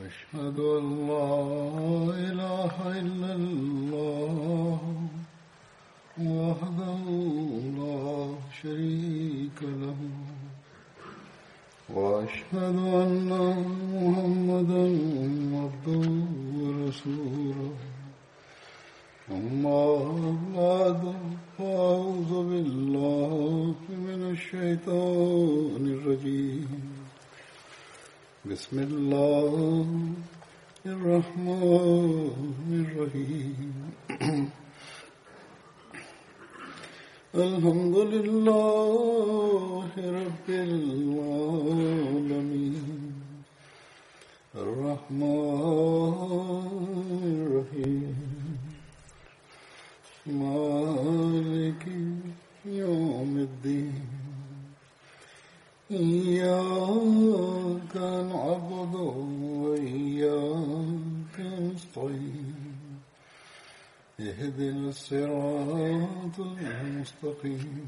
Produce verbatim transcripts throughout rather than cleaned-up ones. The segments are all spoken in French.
أشهد أن لا إله إلا الله وحده لا شريك له وأشهد أن محمدا عبده ورسوله أما بعد فأعوذ بالله من الشيطان الرجيم بسم الله الرحمن الرحيم الحمد لله رب العالمين الرحمن الرحيم مالك يوم الدين إياك نعبد وإياك نستعين اهدنا الصراط المستقيم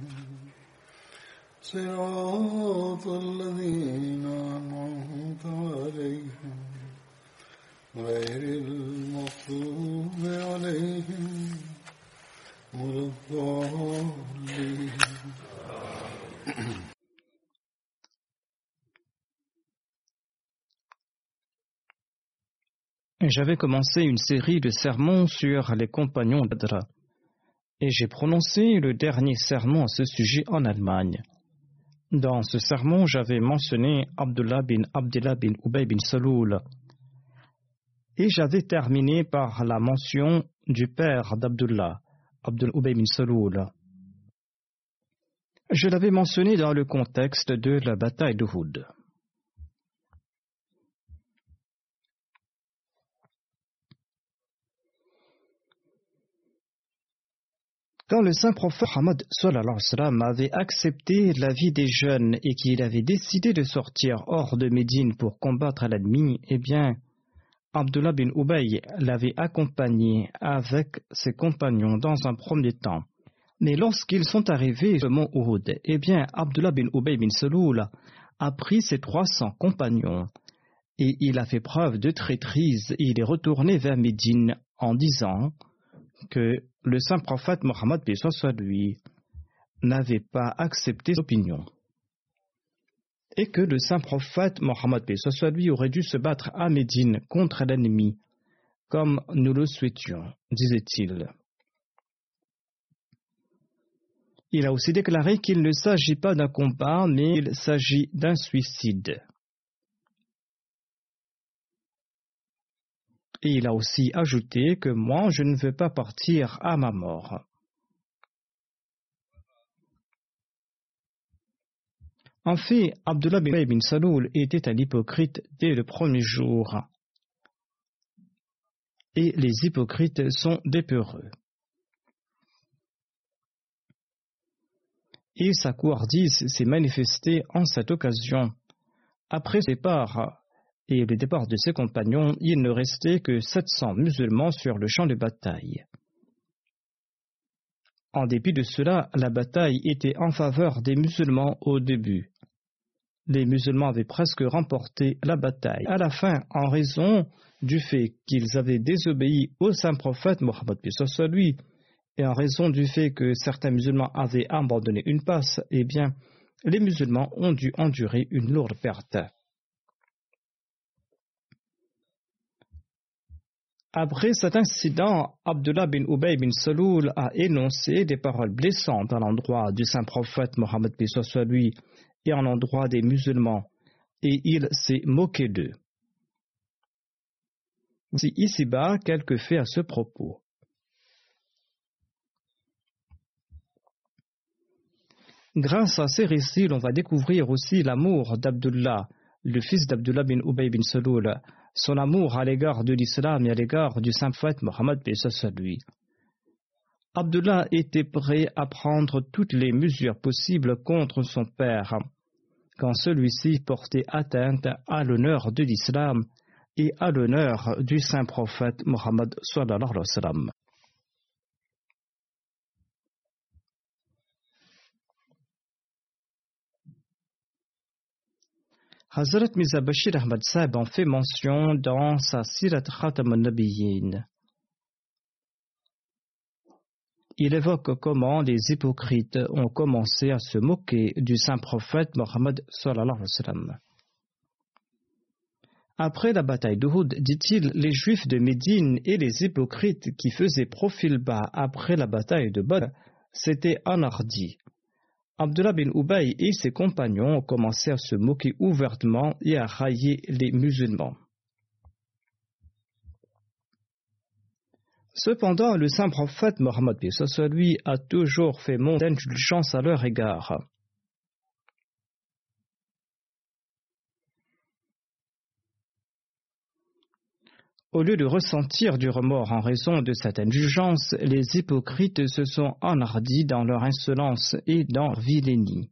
صراط الذين أنعمت عليهم غير المغضوب عليهم ولا الضالين. J'avais commencé une série de sermons sur les compagnons d'Adra et j'ai prononcé le dernier sermon à ce sujet en Allemagne. Dans ce sermon, j'avais mentionné Abdullah bin Abdullah bin Ubay bin Saloul et j'avais terminé par la mention du père d'Abdullah, Abdullah Ubay bin Saloul. Je l'avais mentionné dans le contexte de la bataille d'Uhud. Quand le saint prophète Muhammad sallallahu alayhi wa sallam avait accepté l'avis des jeunes et qu'il avait décidé de sortir hors de Médine pour combattre l'ennemi, eh bien, Abdullah bin Ubay l'avait accompagné avec ses compagnons dans un premier temps. Mais lorsqu'ils sont arrivés au mont Uhud, eh bien, Abdullah bin Ubay bin Saloul a pris ses trois cents compagnons et il a fait preuve de traîtrise et il est retourné vers Médine en disant que le saint prophète Mohammed paix soit lui n'avait pas accepté son opinion et que le saint prophète Mohammed paix soit lui aurait dû se battre à Médine contre l'ennemi comme nous le souhaitions, disait-il. Il a aussi déclaré qu'il ne s'agit pas d'un combat, mais il s'agit d'un suicide. Et il a aussi ajouté que moi, je ne veux pas partir à ma mort. En fait, Abdullah bin Ubay bin Saloul était un hypocrite dès le premier jour. Et les hypocrites sont des peureux. Et sa couardise s'est manifestée en cette occasion. Après ce départ et le départ de ses compagnons, il ne restait que sept cents musulmans sur le champ de bataille. En dépit de cela, la bataille était en faveur des musulmans au début. Les musulmans avaient presque remporté la bataille. À la fin, en raison du fait qu'ils avaient désobéi au saint prophète Mohammed paix soit lui, et en raison du fait que certains musulmans avaient abandonné une passe, eh bien, les musulmans ont dû endurer une lourde perte. Après cet incident, Abdullah bin Ubay bin Saloul a énoncé des paroles blessantes à l'endroit du saint prophète Mohammed paix soit lui et à l'endroit des musulmans, et il s'est moqué d'eux. Voici ici-bas quelques faits à ce propos. Grâce à ces récits, on va découvrir aussi l'amour d'Abdullah, le fils d'Abdullah bin Ubay bin Saloul, son amour à l'égard de l'islam et à l'égard du saint prophète Mohammed paix soit lui. Abdullah était prêt à prendre toutes les mesures possibles contre son père, quand celui-ci portait atteinte à l'honneur de l'islam et à l'honneur du saint prophète Mohammed sallallahu alayhi wa sallam. Hazrat Mirza Bashir Ahmad Sahib en fait mention dans sa Sirat Khatam al-Nabiyyin. Il évoque comment les hypocrites ont commencé à se moquer du saint prophète Mohammed sallallahu alayhi wa sallam. Après la bataille d'Uhud, dit-il, les juifs de Médine et les hypocrites qui faisaient profil bas après la bataille de Badr s'étaient enhardis. Abdullah bin Ubay et ses compagnons ont commencé à se moquer ouvertement et à railler les musulmans. Cependant, le saint prophète Mohammed lui a toujours fait montre d'indulgence à leur égard. Au lieu de ressentir du remords en raison de cette indulgence, les hypocrites se sont enhardis dans leur insolence et dans leur vilainie.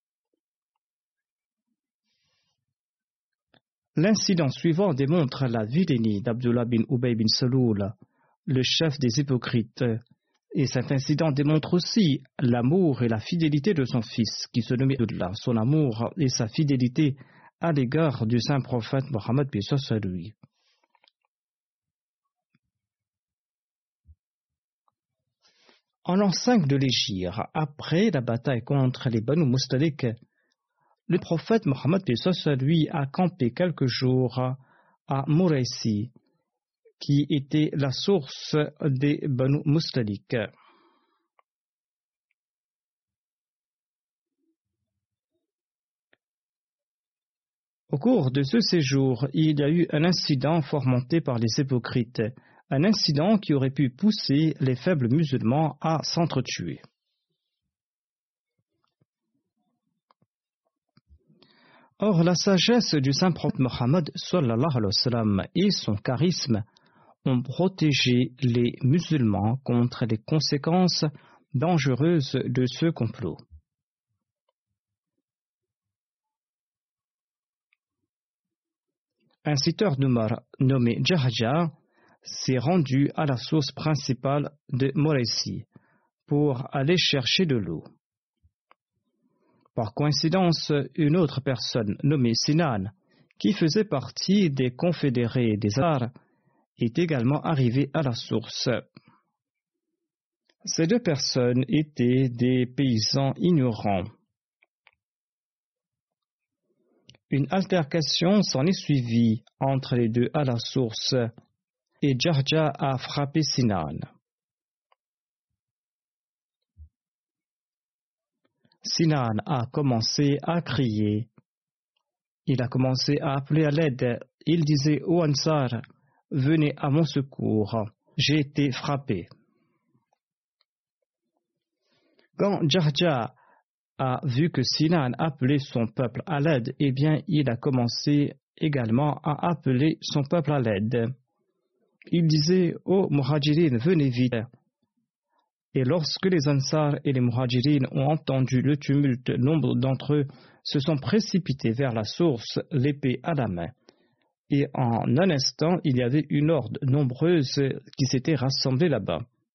L'incident suivant démontre la vilainie d'Abdullah bin Ubay bin Saloul, le chef des hypocrites, et cet incident démontre aussi l'amour et la fidélité de son fils, qui se nommait Abdullah, son amour et sa fidélité à l'égard du saint prophète Mohammed bin Sallallahu. En l'an cinq de l'Hégire, après la bataille contre les Banu Mustalik, le prophète Mohammed lui a campé quelques jours à Muraisi, qui était la source des Banu Mustalik. Au cours de ce séjour, il y a eu un incident fomenté par les hypocrites, un incident qui aurait pu pousser les faibles musulmans à s'entretuer. Or, la sagesse du saint prophète Mohammed sallallahu alayhi wa sallam et son charisme ont protégé les musulmans contre les conséquences dangereuses de ce complot. Un citeur d'Umar nommé Jahja s'est rendu à la source principale de Muraisi pour aller chercher de l'eau. Par coïncidence, une autre personne nommée Sinan, qui faisait partie des confédérés des Ansar, est également arrivée à la source. Ces deux personnes étaient des paysans ignorants. Une altercation s'en est suivie entre les deux à la source, et Jahja a frappé Sinan. Sinan a commencé à crier. Il a commencé à appeler à l'aide. Il disait aux Ansar, venez à mon secours, j'ai été frappé. Quand Jahja a vu que Sinan appelait son peuple à l'aide, eh bien, il a commencé également à appeler son peuple à l'aide. Il disait aux Muhajirin, venez vite. Et lorsque les Ansar et les Muhajirin ont entendu le tumulte, nombre d'entre eux se sont précipités vers la source, l'épée à la main. Et en un instant, il y avait une horde nombreuse qui s'était rassemblée là-bas.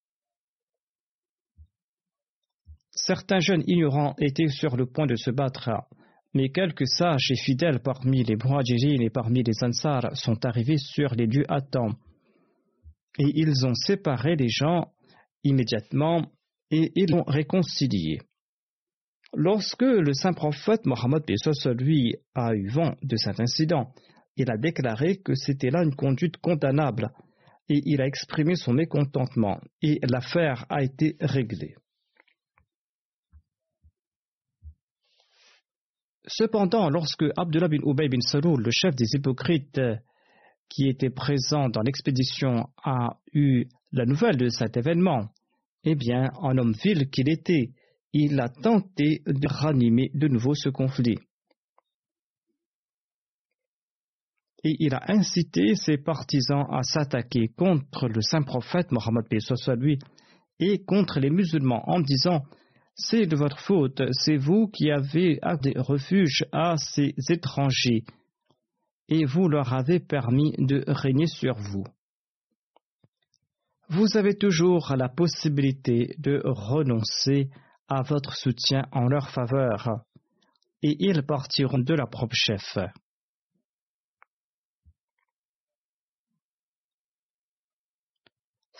Certains jeunes ignorants étaient sur le point de se battre, mais quelques sages et fidèles parmi les Muhajirin et parmi les Ansar sont arrivés sur les lieux à temps. Et ils ont séparé les gens immédiatement et ils l'ont réconcilié. Lorsque le saint prophète Mohammed lui a eu vent de cet incident, il a déclaré que c'était là une conduite condamnable et il a exprimé son mécontentement et l'affaire a été réglée. Cependant, lorsque Abdullah bin Ubay bin Saloul, le chef des hypocrites qui était présent dans l'expédition, a eu la nouvelle de cet événement, eh bien, en homme vil qu'il était, il a tenté de ranimer de nouveau ce conflit. Et il a incité ses partisans à s'attaquer contre le saint prophète Mohammed lui et contre les musulmans en disant « C'est de votre faute, c'est vous qui avez accordé refuge à ces étrangers et vous leur avez permis de régner sur vous. Vous avez toujours la possibilité de renoncer à votre soutien en leur faveur, et ils partiront de leur propre chef.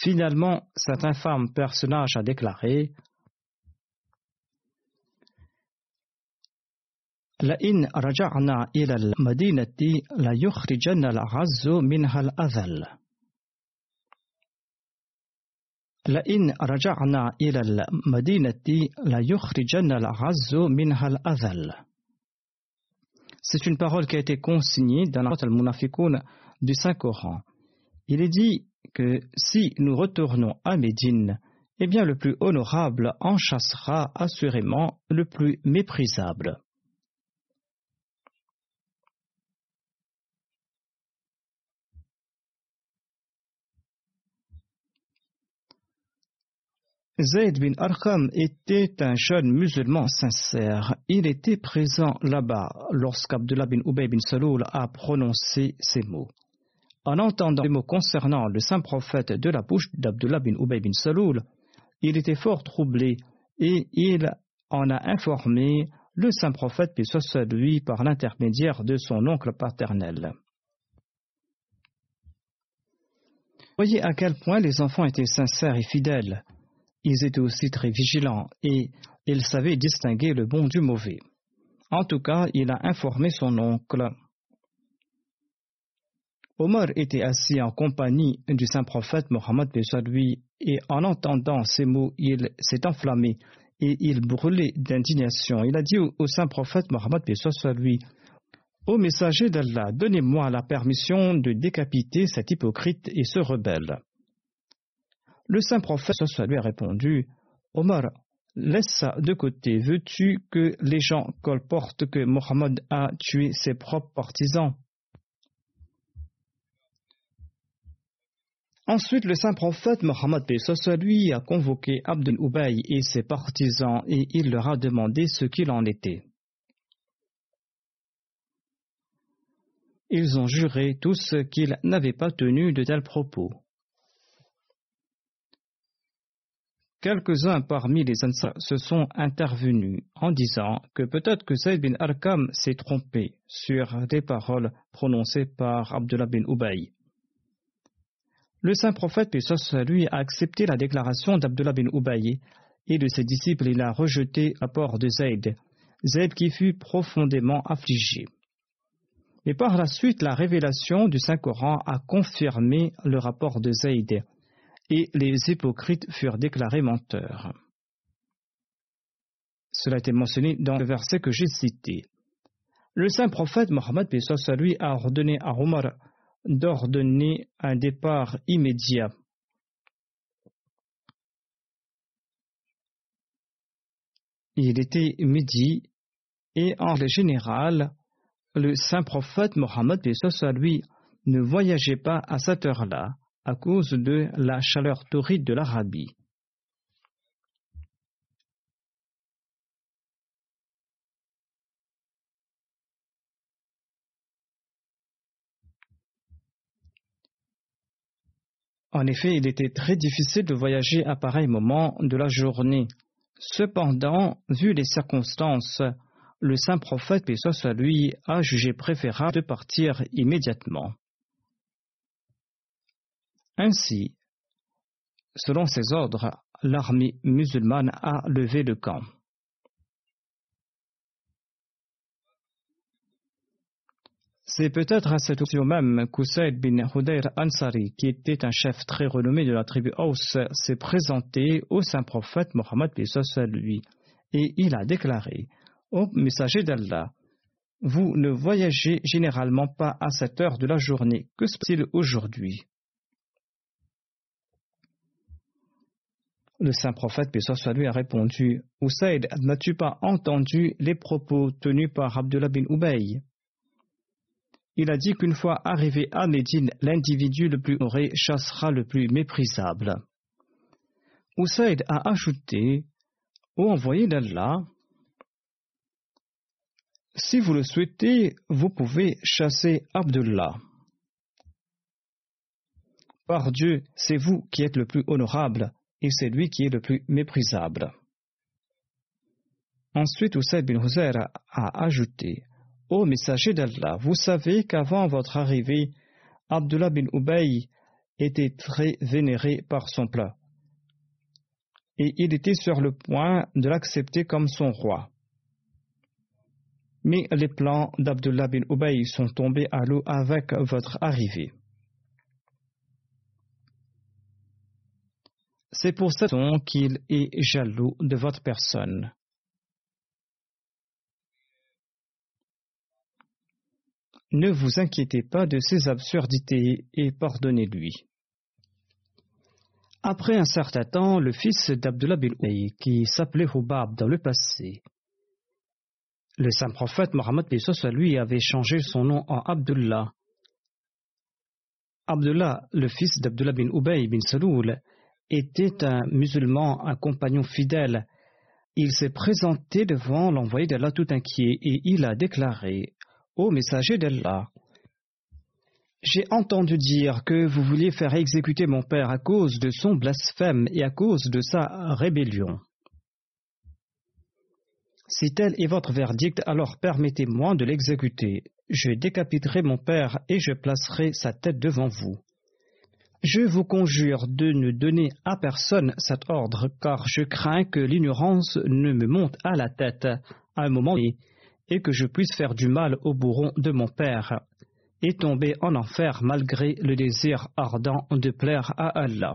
Finalement, cet infâme personnage a déclaré: لئن رجعنا إلى المدينة ليخرجن الأعز منها الأذل. لئن رجعنا إلى المدينة ليخرجن الأعز منها الأذل. C'est une parole qui a été consignée dans la Sourate Al-Munafiqun du Saint-Coran. Il est dit que si nous retournons à Médine, eh bien le plus honorable en chassera assurément le plus méprisable. Zayd bin Arqam était un jeune musulman sincère. Il était présent là-bas lorsqu'Abdullah bin Ubay bin Saloul a prononcé ces mots. En entendant les mots concernant le saint prophète de la bouche d'Abdullah bin Ubay bin Saloul, il était fort troublé et il en a informé le saint prophète, paix soit sur lui, par l'intermédiaire de son oncle paternel. Voyez à quel point les enfants étaient sincères et fidèles. Ils étaient aussi très vigilants et ils savaient distinguer le bon du mauvais. En tout cas, il a informé son oncle. Omar était assis en compagnie du saint prophète Mohammed paix soit sur lui, et en entendant ces mots, il s'est enflammé et il brûlait d'indignation. Il a dit au, au saint prophète Mohammed paix soit sur lui: Ô messager d'Allah, donnez-moi la permission de décapiter cet hypocrite et ce rebelle. Le saint prophète lui a répondu: Omar, laisse ça de côté. Veux-tu que les gens colportent que Mohammed a tué ses propres partisans? Ensuite, le saint prophète Mohammed lui a convoqué Abd Ubay et ses partisans et il leur a demandé ce qu'il en était. Ils ont juré tous qu'ils n'avaient pas tenu de tels propos. Quelques-uns parmi les Ansar se sont intervenus en disant que peut-être que Zayd bin Arqam s'est trompé sur des paroles prononcées par Abdullah bin Ubay. Le saint prophète, paix soit sur lui, a accepté la déclaration d'Abdullah bin Ubay et de ses disciples. Il a rejeté l'apport de Zayd, Zayd qui fut profondément affligé. Mais par la suite, la révélation du Saint-Coran a confirmé le rapport de Zayd et les hypocrites furent déclarés menteurs. Cela a été mentionné dans le verset que j'ai cité. Le saint prophète Mohammed paix soit sur lui a ordonné à Omar d'ordonner un départ immédiat. Il était midi et en général, le saint prophète Mohammed paix soit sur lui ne voyageait pas à cette heure-là à cause de la chaleur torride de l'Arabie. En effet, il était très difficile de voyager à pareil moment de la journée. Cependant, vu les circonstances, le saint prophète, paix soit sur lui, a jugé préférable de partir immédiatement. Ainsi, selon ses ordres, l'armée musulmane a levé le camp. C'est peut-être à cette occasion même qu'Usayd bin Hudayr Ansari, qui était un chef très renommé de la tribu Aus, s'est présenté au saint prophète Mohammed paix soit sur lui, et il a déclaré: Ô messager d'Allah, vous ne voyagez généralement pas à cette heure de la journée. Que se passe-t-il aujourd'hui? Le saint prophète paix soit sur lui a répondu: Usayd, n'as-tu pas entendu les propos tenus par Abdullah bin Ubay? Il a dit qu'une fois arrivé à Médine, l'individu le plus honoré chassera le plus méprisable. Usayd a ajouté: Ô envoyé d'Allah, si vous le souhaitez, vous pouvez chasser Abdullah. Par Dieu, c'est vous qui êtes le plus honorable et c'est lui qui est le plus méprisable. Ensuite, Usayd bin Hudayr a ajouté: Ô messager d'Allah, vous savez qu'avant votre arrivée, Abdullah bin Ubay était très vénéré par son peuple, et il était sur le point de l'accepter comme son roi. Mais les plans d'Abdullah bin Ubay sont tombés à l'eau avec votre arrivée. C'est pour cette raison qu'il est jaloux de votre personne. Ne vous inquiétez pas de ces absurdités et pardonnez-lui. Après un certain temps, le fils d'Abdullah bin Ubay, qui s'appelait Hubab dans le passé, le saint prophète Mohammed lui avait changé son nom en Abdullah. Abdullah, le fils d'Abdullah bin Ubay bin Saloul, était un musulman, un compagnon fidèle. Il s'est présenté devant l'envoyé d'Allah tout inquiet et il a déclaré: Ô messager d'Allah, j'ai entendu dire que vous vouliez faire exécuter mon père à cause de son blasphème et à cause de sa rébellion. Si tel est votre verdict, alors permettez-moi de l'exécuter. Je décapiterai mon père et je placerai sa tête devant vous. Je vous conjure de ne donner à personne cet ordre, car je crains que l'ignorance ne me monte à la tête à un moment donné et que je puisse faire du mal au bourron de mon père et tomber en enfer malgré le désir ardent de plaire à Allah.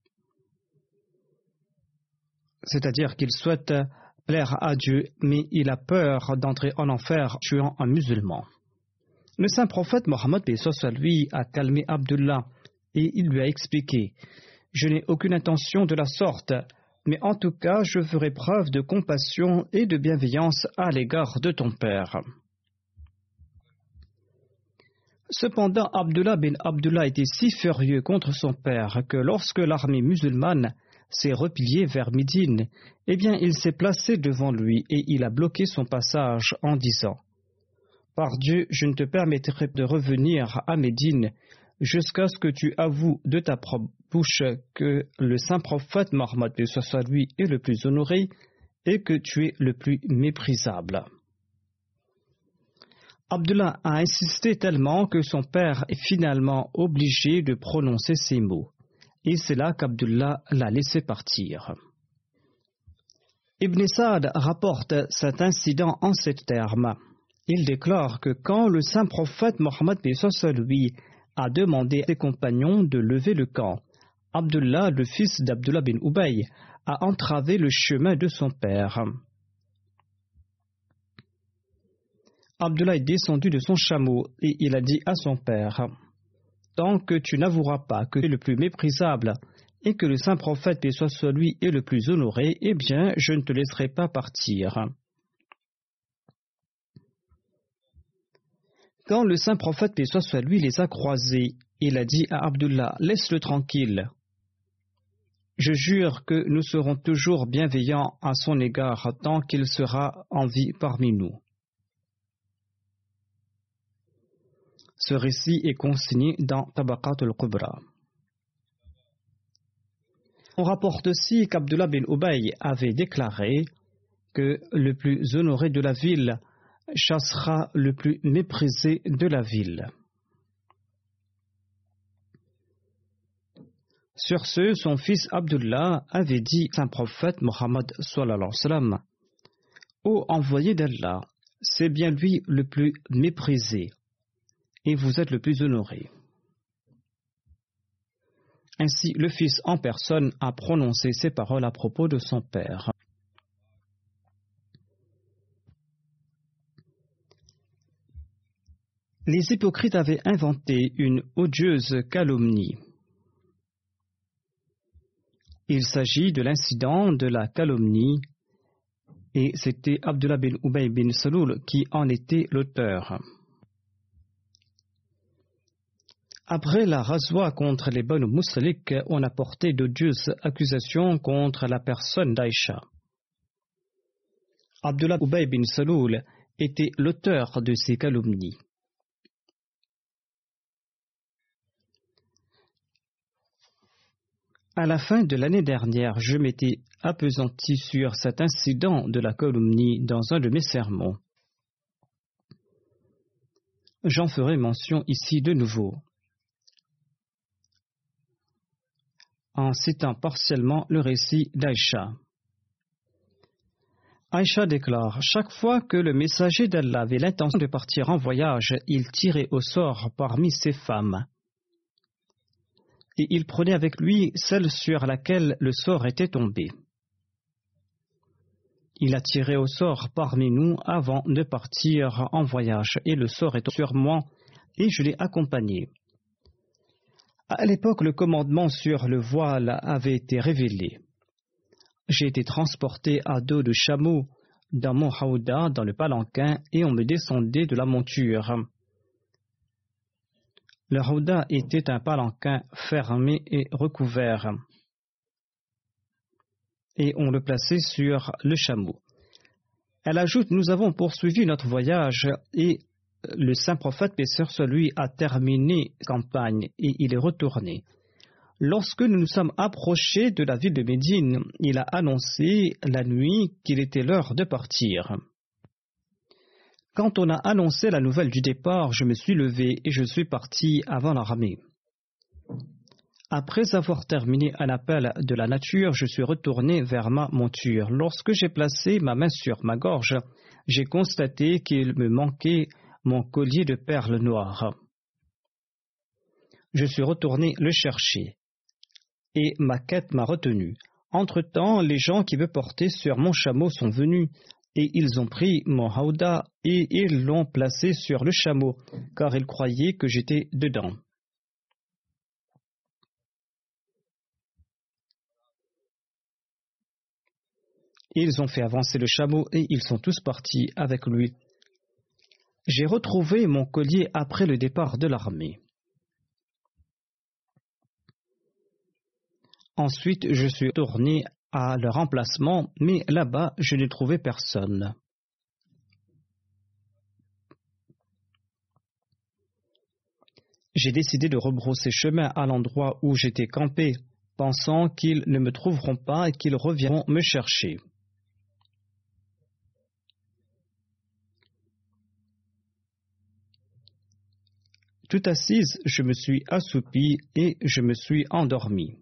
C'est-à-dire qu'il souhaite plaire à Dieu, mais il a peur d'entrer en enfer tuant un musulman. Le saint prophète Mohammed lui a calmé Abdullah et il lui a expliqué: Je n'ai aucune intention de la sorte, mais en tout cas je ferai preuve de compassion et de bienveillance à l'égard de ton père. Cependant, Abdullah bin Abdullah était si furieux contre son père que lorsque l'armée musulmane s'est repliée vers Médine, eh bien il s'est placé devant lui et il a bloqué son passage en disant: Par Dieu, je ne te permettrai de revenir à Médine jusqu'à ce que tu avoues de ta propre bouche que le saint prophète Mohammed soit lui est le plus honoré et que tu es le plus méprisable. Abdullah a insisté tellement que son père est finalement obligé de prononcer ces mots, et c'est là qu'Abdullah l'a laissé partir. Ibn Sa'd rapporte cet incident en ces termes. Il déclare que quand le saint prophète Mohammed lui a demandé à ses compagnons de lever le camp, Abdullah, le fils d'Abdullah bin Ubay, a entravé le chemin de son père. Abdullah est descendu de son chameau et il a dit à son père: Tant que tu n'avoueras pas que tu es le plus méprisable et que le saint prophète, paix soit sur lui, est le plus honoré, eh bien, je ne te laisserai pas partir. Quand le saint prophète, paix soit sur lui, les a croisés, il a dit à Abdullah: Laisse-le tranquille. Je jure que nous serons toujours bienveillants à son égard tant qu'il sera en vie parmi nous. Ce récit est consigné dans Tabaqat al-Kubra. On rapporte aussi qu'Abdullah bin Ubay avait déclaré que le plus honoré de la ville chassera le plus méprisé de la ville. Sur ce, son fils Abdullah avait dit à saint prophète Mohammed sallallahu alayhi wa sallam: Ô envoyé d'Allah, c'est bien lui le plus méprisé, et vous êtes le plus honoré. Ainsi, le fils en personne a prononcé ces paroles à propos de son père. Les hypocrites avaient inventé une odieuse calomnie. Il s'agit de l'incident de la calomnie et c'était Abdullah bin Ubay bin Saloul qui en était l'auteur. Après la razwa contre les Banu Mustalik, on a porté d'odieuses accusations contre la personne d'Aïcha. Abdullah Ubay bin Saloul était l'auteur de ces calomnies. À la fin de l'année dernière, je m'étais appesanti sur cet incident de la calomnie dans un de mes sermons. J'en ferai mention ici de nouveau. en citant partiellement le récit d'Aïcha. Aïcha déclare: chaque fois que le messager d'Allah avait l'intention de partir en voyage, il tirait au sort parmi ses femmes. Et il prenait avec lui celle sur laquelle le sort était tombé. Il a tiré au sort parmi nous avant de partir en voyage, et le sort est sur moi, et je l'ai accompagné. À l'époque, le commandement sur le voile avait été révélé. J'ai été transporté à dos de chameau dans mon hawda, dans le palanquin, et on me descendait de la monture. Le hawda était un palanquin fermé et recouvert, et on le plaçait sur le chameau. Elle ajoute: nous avons poursuivi notre voyage, et le saint prophète, paix sur lui, a terminé sa campagne, et il est retourné. Lorsque nous nous sommes approchés de la ville de Médine, il a annoncé la nuit qu'il était l'heure de partir. Quand on a annoncé la nouvelle du départ, je me suis levé et je suis parti avant l'armée. Après avoir terminé un appel de la nature, je suis retourné vers ma monture. Lorsque j'ai placé ma main sur ma gorge, j'ai constaté qu'il me manquait mon collier de perles noires. Je suis retourné le chercher, et ma quête m'a retenu. Entre-temps, les gens qui me portaient sur mon chameau sont venus, et ils ont pris mon hawda et ils l'ont placé sur le chameau, car ils croyaient que j'étais dedans. Ils ont fait avancer le chameau et ils sont tous partis avec lui. J'ai retrouvé mon collier après le départ de l'armée. Ensuite, je suis retourné à leur emplacement, mais là-bas, je n'ai trouvé personne. J'ai décidé de rebrousser chemin à l'endroit où j'étais campé, pensant qu'ils ne me trouveront pas et qu'ils reviendront me chercher. Tout assise, je me suis assoupi et je me suis endormi.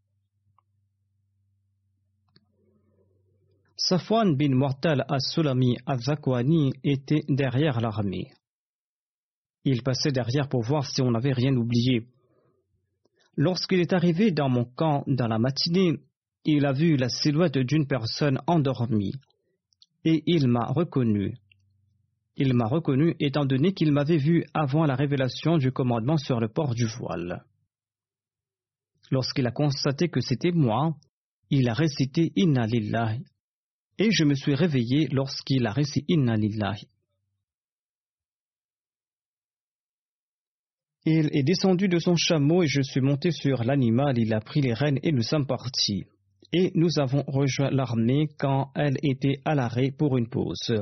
Safwan bin Mu'attal as-Sulami al-Zakwani était derrière l'armée. Il passait derrière pour voir si on n'avait rien oublié. Lorsqu'il est arrivé dans mon camp dans la matinée, il a vu la silhouette d'une personne endormie et il m'a reconnu. Il m'a reconnu étant donné qu'il m'avait vu avant la révélation du commandement sur le port du voile. Lorsqu'il a constaté que c'était moi, il a récité Inna lillahi et je me suis réveillé lorsqu'il a récité Inna lillahi. Il est descendu de son chameau et je suis monté sur l'animal, il a pris les rênes et nous sommes partis. Et nous avons rejoint l'armée quand elle était à l'arrêt pour une pause.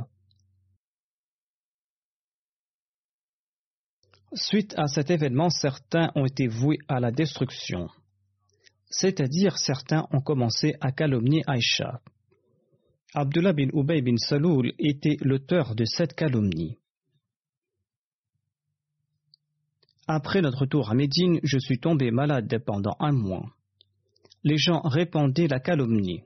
Suite à cet événement, certains ont été voués à la destruction. C'est-à-dire certains ont commencé à calomnier Aïcha. Abdullah bin Ubay bin Saloul était l'auteur de cette calomnie. Après notre retour à Médine, je suis tombé malade pendant un mois. Les gens répandaient la calomnie.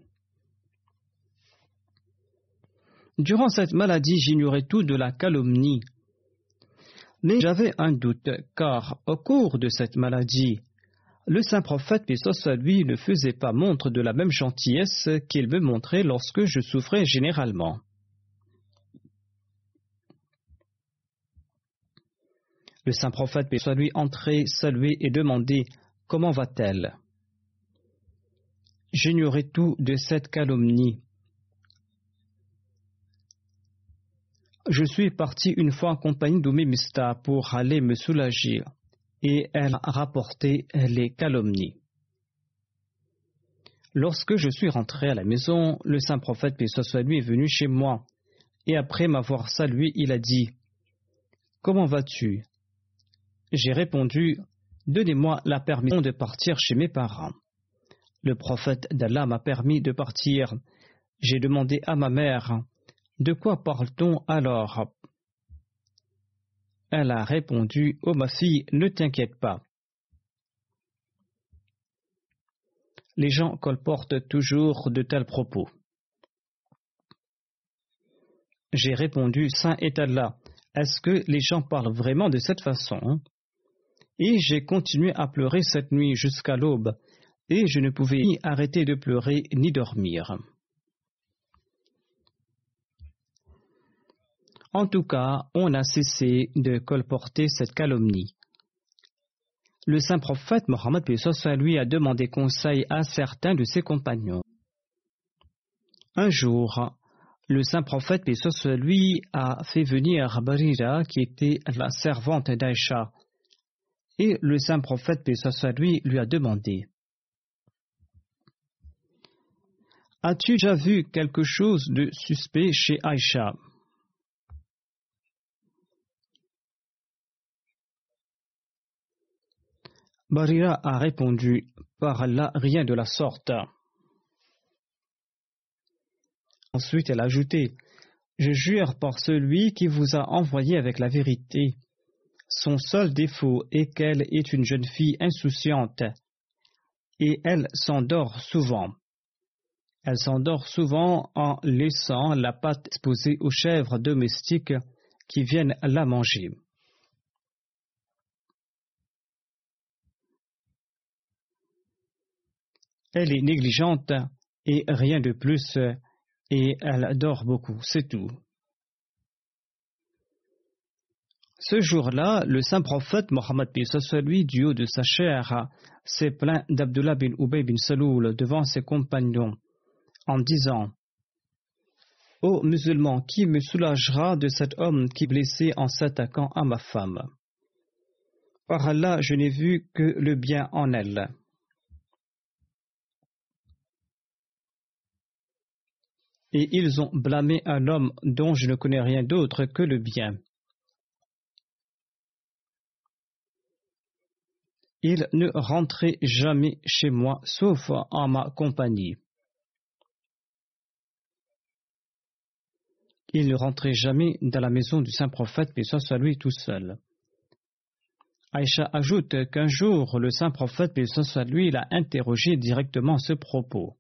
Durant cette maladie, j'ignorais tout de la calomnie. Mais j'avais un doute, car au cours de cette maladie, le saint prophète, paix sur lui, ne faisait pas montre de la même gentillesse qu'il me montrait lorsque je souffrais généralement. Le saint prophète, paix sur lui, entrait, saluait et demandait « Comment va-t-elle » J'ignorais tout de cette calomnie. Je suis parti une fois en compagnie d'Oummi Mista pour aller me soulager et elle a rapporté les calomnies. Lorsque je suis rentré à la maison, le saint prophète, paix sur lui, est venu chez moi et après m'avoir salué, il a dit « Comment vas-tu » J'ai répondu « Donnez-moi la permission de partir chez mes parents. » Le prophète d'Allah m'a permis de partir. J'ai demandé à ma mère « De quoi parle-t-on alors ?» Elle a répondu « Oh ma fille, ne t'inquiète pas. » les gens colportent toujours de tels propos. J'ai répondu, Saint est Allah, est-ce que les gens parlent vraiment de cette façon? Et j'ai continué à pleurer cette nuit jusqu'à l'aube, et je ne pouvais ni arrêter de pleurer ni dormir. En tout cas, on a cessé de colporter cette calomnie. Le saint prophète Mohammed lui a demandé conseil à certains de ses compagnons. Un jour, le saint prophète lui a fait venir Barira qui était la servante d'Aïcha. Et le saint prophète lui lui a demandé: As-tu déjà vu quelque chose de suspect chez Aïcha? Barira a répondu: Par Allah, rien de la sorte. Ensuite, elle a ajouté: Je jure par celui qui vous a envoyé avec la vérité. Son seul défaut est qu'elle est une jeune fille insouciante et elle s'endort souvent. Elle s'endort souvent en laissant la pâte exposée aux chèvres domestiques qui viennent la manger. Elle est négligente et rien de plus, et elle dort beaucoup, c'est tout. Ce jour-là, le saint prophète Mohammed lui, du haut de sa chair, s'est plaint d'Abdullah bin Ubay bin Saloul devant ses compagnons, en disant: Ô musulmans, qui me soulagera de cet homme qui est blessé en s'attaquant à ma femme? Par Allah, je n'ai vu que le bien en elle. Et ils ont blâmé un homme dont je ne connais rien d'autre que le bien. Il ne rentrait jamais chez moi, sauf en ma compagnie. Il ne rentrait jamais dans la maison du saint prophète, mais soit lui tout seul. Aïcha ajoute qu'un jour, le saint prophète, mais soit lui, il a interrogé directement ce propos.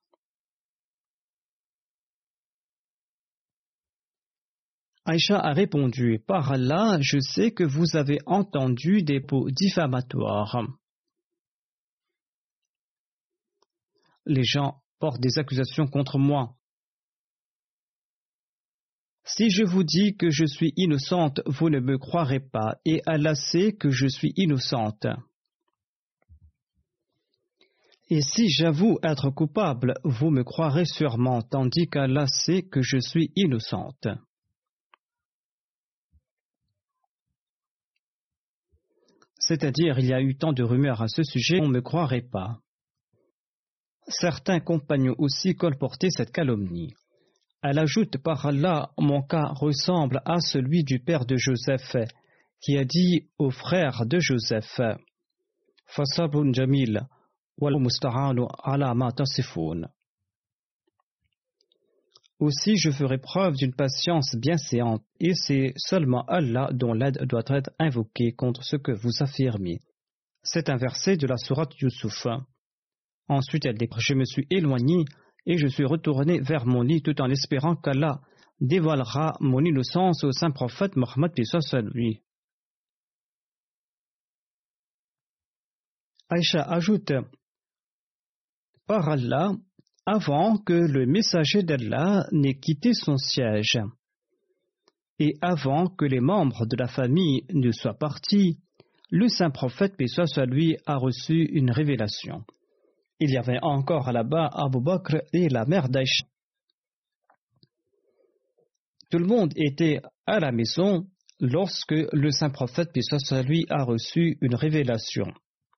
Aïcha a répondu: Par Allah, je sais que vous avez entendu des propos diffamatoires. Les gens portent des accusations contre moi. Si je vous dis que je suis innocente, vous ne me croirez pas, et Allah sait que je suis innocente. Et si j'avoue être coupable, vous me croirez sûrement, tandis qu'Allah sait que je suis innocente. C'est-à-dire, il y a eu tant de rumeurs à ce sujet, on ne me croirait pas. Certains compagnons aussi colportaient cette calomnie. Elle ajoute: Par Allah, mon cas ressemble à celui du père de Joseph, qui a dit au frère de Joseph: Fasabrun jamil, wal musta'anu ala ma tasifun. Aussi, je ferai preuve d'une patience bienséante, et c'est seulement Allah dont l'aide doit être invoquée contre ce que vous affirmez. C'est un verset de la sourate Yusuf. Ensuite, elle dit: Je me suis éloigné et je suis retourné vers mon lit tout en espérant qu'Allah dévoilera mon innocence au saint prophète Mohammed lui. Aïcha ajoute: Par Allah, avant que le messager d'Allah n'ait quitté son siège, et avant que les membres de la famille ne soient partis, le saint prophète, paix soit sur lui, a reçu une révélation. Il y avait encore là-bas Abu Bakr et la mère d'Aïcha. Tout le monde était à la maison lorsque le saint prophète, paix soit sur lui, a reçu une révélation.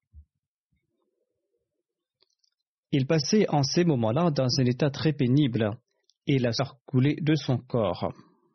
Il passait en ces moments-là dans un état très pénible, et la sueur coulait de son corps.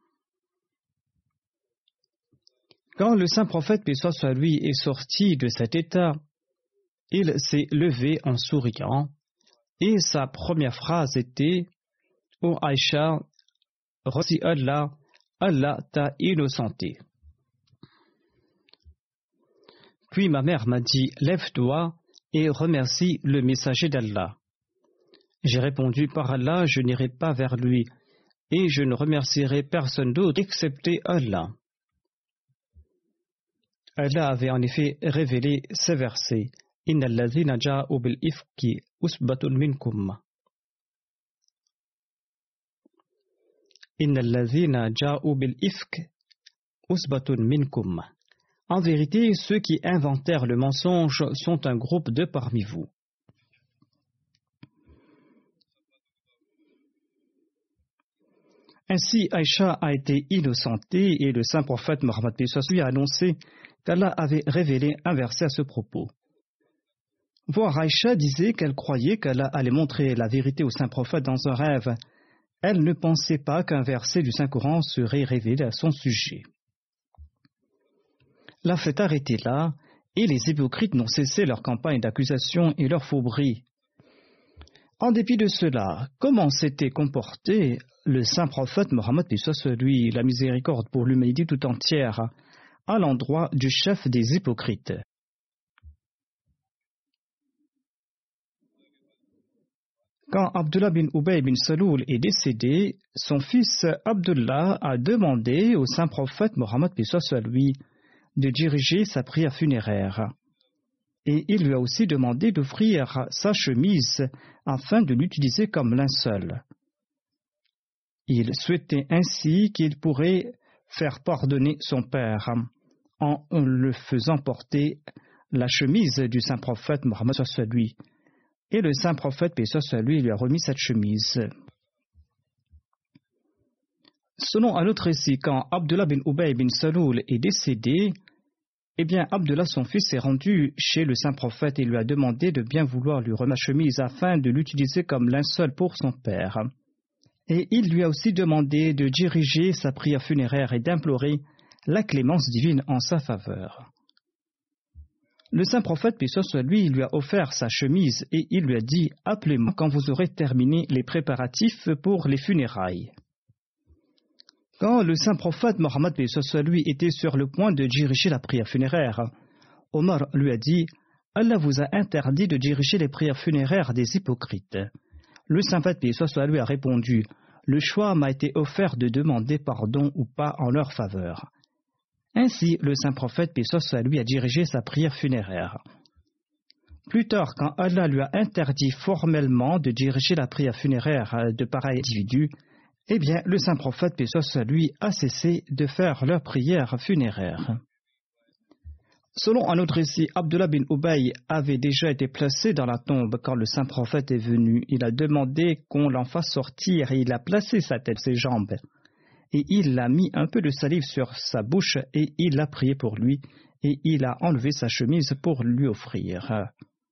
Quand le saint prophète, paix soit sur lui, est sorti de cet état, il s'est levé en souriant, et sa première phrase était: Ô Aïcha, remercie Allah, Allah t'a innocenté. Puis ma mère m'a dit: Lève-toi et remercie le messager d'Allah. J'ai répondu, par Allah, je n'irai pas vers lui, et je ne remercierai personne d'autre excepté Allah. Allah avait en effet révélé ces versets. Inna allazina ja'u bil ifki usbatun minkum. Inna allazina ja'u bil ifk usbatun minkum. En vérité, ceux qui inventèrent le mensonge sont un groupe de parmi vous. Ainsi, Aïcha a été innocentée et le saint prophète Mohammed lui a annoncé qu'Allah avait révélé un verset à ce propos. Voir Aïcha disait qu'elle croyait qu'Allah allait montrer la vérité au saint prophète dans un rêve. Elle ne pensait pas qu'un verset du Saint-Coran serait révélé à son sujet. La fête arrêtée là, et les hypocrites n'ont cessé leur campagne d'accusation et leur fourberie. En dépit de cela, comment s'était comporté le saint prophète Mohammed, puis soit celui, la miséricorde pour l'humanité tout entière, à l'endroit du chef des hypocrites? Quand Abdullah bin Ubay bin Saloul est décédé, son fils Abdullah a demandé au saint prophète Mohammed, puis soit lui, de diriger sa prière funéraire. Et il lui a aussi demandé d'offrir sa chemise afin de l'utiliser comme linceul. Il souhaitait ainsi qu'il pourrait faire pardonner son père en le faisant porter la chemise du saint prophète Mohammed soit lui. Et le saint prophète paix soit lui lui a remis cette chemise. Selon un autre récit, quand Abdullah bin Ubay bin Saloul est décédé, eh bien, Abdullah, son fils, s'est rendu chez le saint prophète et lui a demandé de bien vouloir lui remettre la chemise afin de l'utiliser comme linceul pour son père. Et il lui a aussi demandé de diriger sa prière funéraire et d'implorer la clémence divine en sa faveur. Le saint prophète, puis soit lui, lui a offert sa chemise et il lui a dit « Appelez-moi quand vous aurez terminé les préparatifs pour les funérailles ». Quand le saint prophète Mohammed lui était sur le point de diriger la prière funéraire, Omar lui a dit « Allah vous a interdit de diriger les prières funéraires des hypocrites ». Le saint prophète lui a répondu « Le choix m'a été offert de demander pardon ou pas en leur faveur ». Ainsi, le saint prophète lui a dirigé sa prière funéraire. Plus tard, quand Allah lui a interdit formellement de diriger la prière funéraire de pareils individus, eh bien, le saint prophète, paix soit lui, a cessé de faire leur prière funéraire. Selon un autre récit, Abdullah bin Ubay avait déjà été placé dans la tombe quand le saint prophète est venu. Il a demandé qu'on l'en fasse sortir et il a placé sa tête, ses jambes. Et il a mis un peu de salive sur sa bouche et il a prié pour lui et il a enlevé sa chemise pour lui offrir.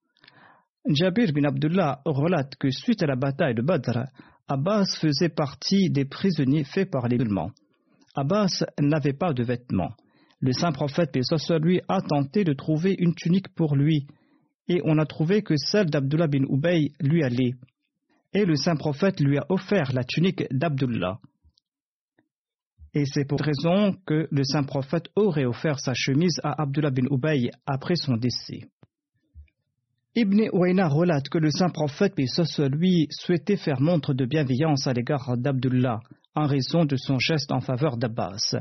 Jabir bin Abdullah relate que suite à la bataille de Badr, Abbas faisait partie des prisonniers faits par les musulmans. Abbas n'avait pas de vêtements. Le saint prophète, paix soit lui, a tenté de trouver une tunique pour lui, et on a trouvé que celle d'Abdullah bin Ubay lui allait. Et le saint prophète lui a offert la tunique d'Abdullah. Et c'est pour cette raison que le saint prophète aurait offert sa chemise à Abdullah bin Ubay après son décès. Ibn Ouayna relate que le saint prophète, paix soit lui, souhaitait faire montre de bienveillance à l'égard d'Abdullah en raison de son geste en faveur d'Abbas.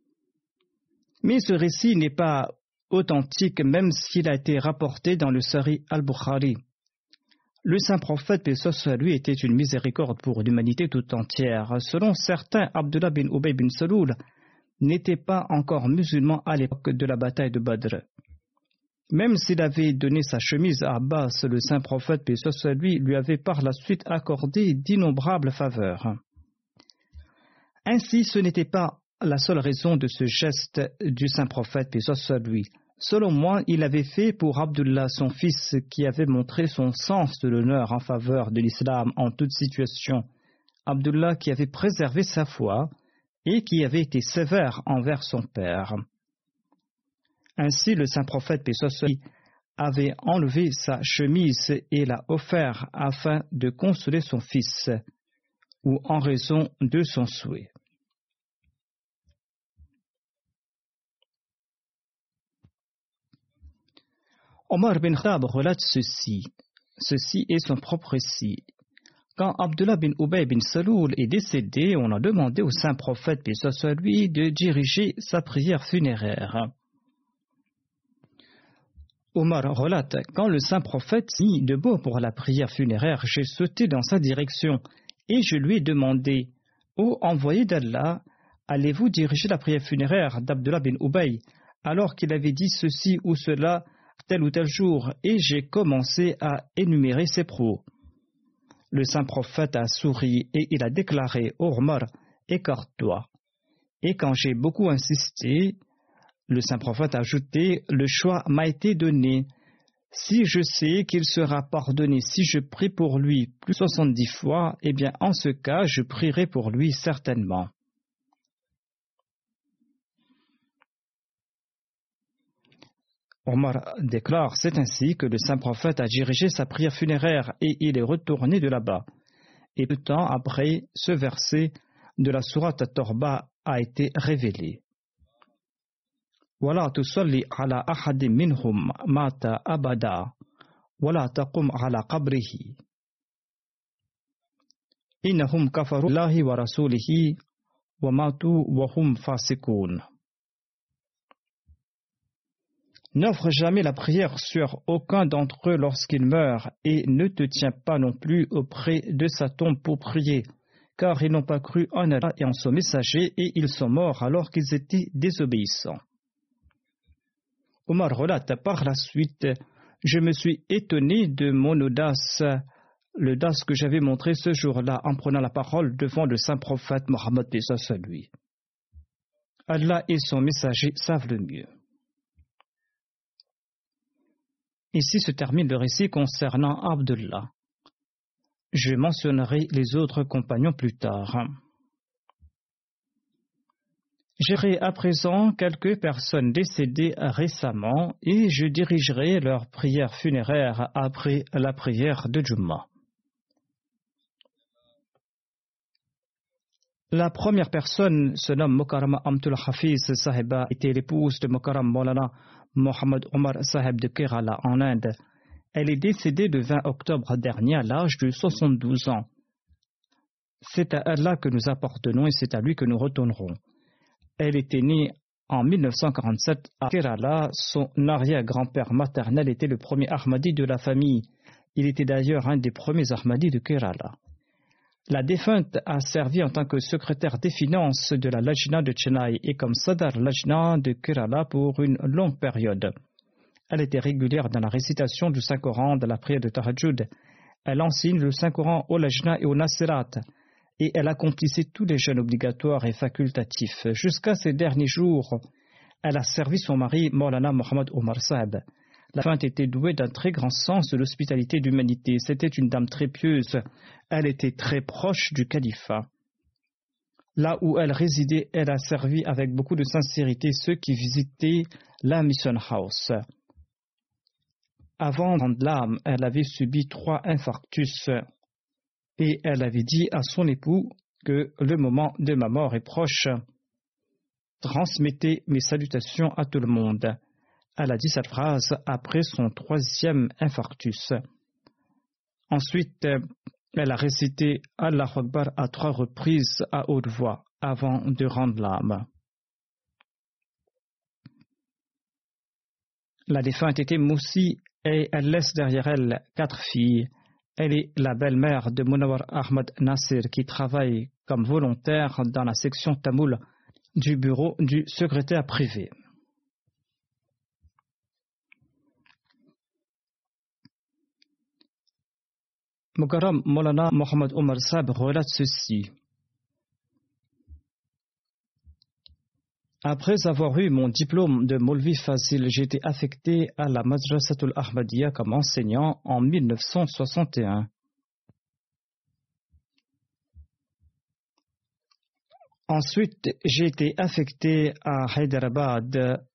Mais ce récit n'est pas authentique même s'il a été rapporté dans le Sahih al-Bukhari. Le saint prophète, paix soit lui, était une miséricorde pour l'humanité tout entière. Selon certains, Abdullah bin Ubay bin Saloul n'était pas encore musulman à l'époque de la bataille de Badr. Même s'il avait donné sa chemise à Abbas, le saint prophète, paix soit lui, lui avait par la suite accordé d'innombrables faveurs. Ainsi, ce n'était pas la seule raison de ce geste du saint prophète, paix soit lui. Selon moi, il avait fait pour Abdullah, son fils, qui avait montré son sens de l'honneur en faveur de l'islam en toute situation. Abdullah qui avait préservé sa foi et qui avait été sévère envers son père. Ainsi, le saint prophète, paix soit lui, avait enlevé sa chemise et l'a offert afin de consoler son fils, ou en raison de son souhait. Omar bin Khattab relate ceci. Ceci est son propre récit. Quand Abdullah bin Ubay bin Saloul est décédé, on a demandé au saint prophète, paix soit lui, de diriger sa prière funéraire. Omar relate, quand le saint prophète s'est mis debout pour la prière funéraire, j'ai sauté dans sa direction et je lui ai demandé, ô envoyé d'Allah, allez-vous diriger la prière funéraire d'Abdullah bin Ubay, alors qu'il avait dit ceci ou cela tel ou tel jour, et j'ai commencé à énumérer ses pros. Le saint prophète a souri et il a déclaré, ô Omar, écarte-toi. Et quand j'ai beaucoup insisté, le saint prophète a ajouté, le choix m'a été donné. Si je sais qu'il sera pardonné si je prie pour lui plus soixante-dix fois, eh bien en ce cas je prierai pour lui certainement. Omar déclare, c'est ainsi que le saint prophète a dirigé sa prière funéraire et il est retourné de là-bas. Et peu de temps après, ce verset de la sourate at-Tawbah a été révélé. وَلَا تُصَلِّ عَلَى أَحَدٍ مِّنْهُمْ مَاتَ أَبَدًا وَلَا تَقُمْ عَلَى قَبْرِهِ إِنَّهُمْ كَفَرُوا بِاللَّهِ وَرَسُولِهِ وَمَاتُوا وَهُمْ فَاسِقُونَ. N'offre jamais la prière sur aucun d'entre eux lorsqu'il meurt et ne te tiens pas non plus auprès de sa tombe pour prier, car ils n'ont pas cru en Allah et en son messager et ils sont morts alors qu'ils étaient désobéissants. Omar relate par la suite, je me suis étonné de mon audace, l'audace que j'avais montrée ce jour-là en prenant la parole devant le saint prophète Mohammed paix soit lui. Allah et son messager savent le mieux. Ici se termine le récit concernant Abdullah. Je mentionnerai les autres compagnons plus tard. J'irai à présent quelques personnes décédées récemment et je dirigerai leur prière funéraire après la prière de Jumma. La première personne se nomme Mokarama Amtul Hafiz Sahiba, était l'épouse de Mokaram Maulana Mohammad Omar Sahib de Kerala en Inde. Elle est décédée le vingt octobre dernier à l'âge de soixante-douze ans. C'est à Allah que nous appartenons et c'est à lui que nous retournerons. Elle était née en mille neuf cent quarante-sept à Kerala. Son arrière-grand-père maternel était le premier Ahmadi de la famille. Il était d'ailleurs un des premiers Ahmadis de Kerala. La défunte a servi en tant que secrétaire des finances de la Lajna de Chennai et comme Sadar Lajna de Kerala pour une longue période. Elle était régulière dans la récitation du Saint-Coran, de la prière de Tahajjud. Elle enseigne le Saint-Coran au Lajna et au Nasirat. Et elle accomplissait tous les jeûnes obligatoires et facultatifs. Jusqu'à ces derniers jours, elle a servi son mari, Maulana Mohammad Omar Sahib. La défunte était douée d'un très grand sens de l'hospitalité et de l'humanité. C'était une dame très pieuse. Elle était très proche du califat. Là où elle résidait, elle a servi avec beaucoup de sincérité ceux qui visitaient la Mission House. Avant de rendre l'âme, elle avait subi trois infarctus et elle avait dit à son époux que le moment de ma mort est proche. Transmettez mes salutations à tout le monde. Elle a dit cette phrase après son troisième infarctus. Ensuite, elle a récité Allah Akbar à trois reprises à haute voix avant de rendre l'âme. La défunte était Moussi et elle laisse derrière elle quatre filles. Elle est la belle-mère de Munawar Ahmad Nasir qui travaille comme volontaire dans la section tamoul du bureau du secrétaire privé. Mukarram Maulana Mohammad Omar Sahib relate ceci. Après avoir eu mon diplôme de Maulvi Fazil, j'ai été affecté à la Madrasatul Ahmadiyya comme enseignant en mille neuf cent soixante et un. Ensuite, j'ai été affecté à Hyderabad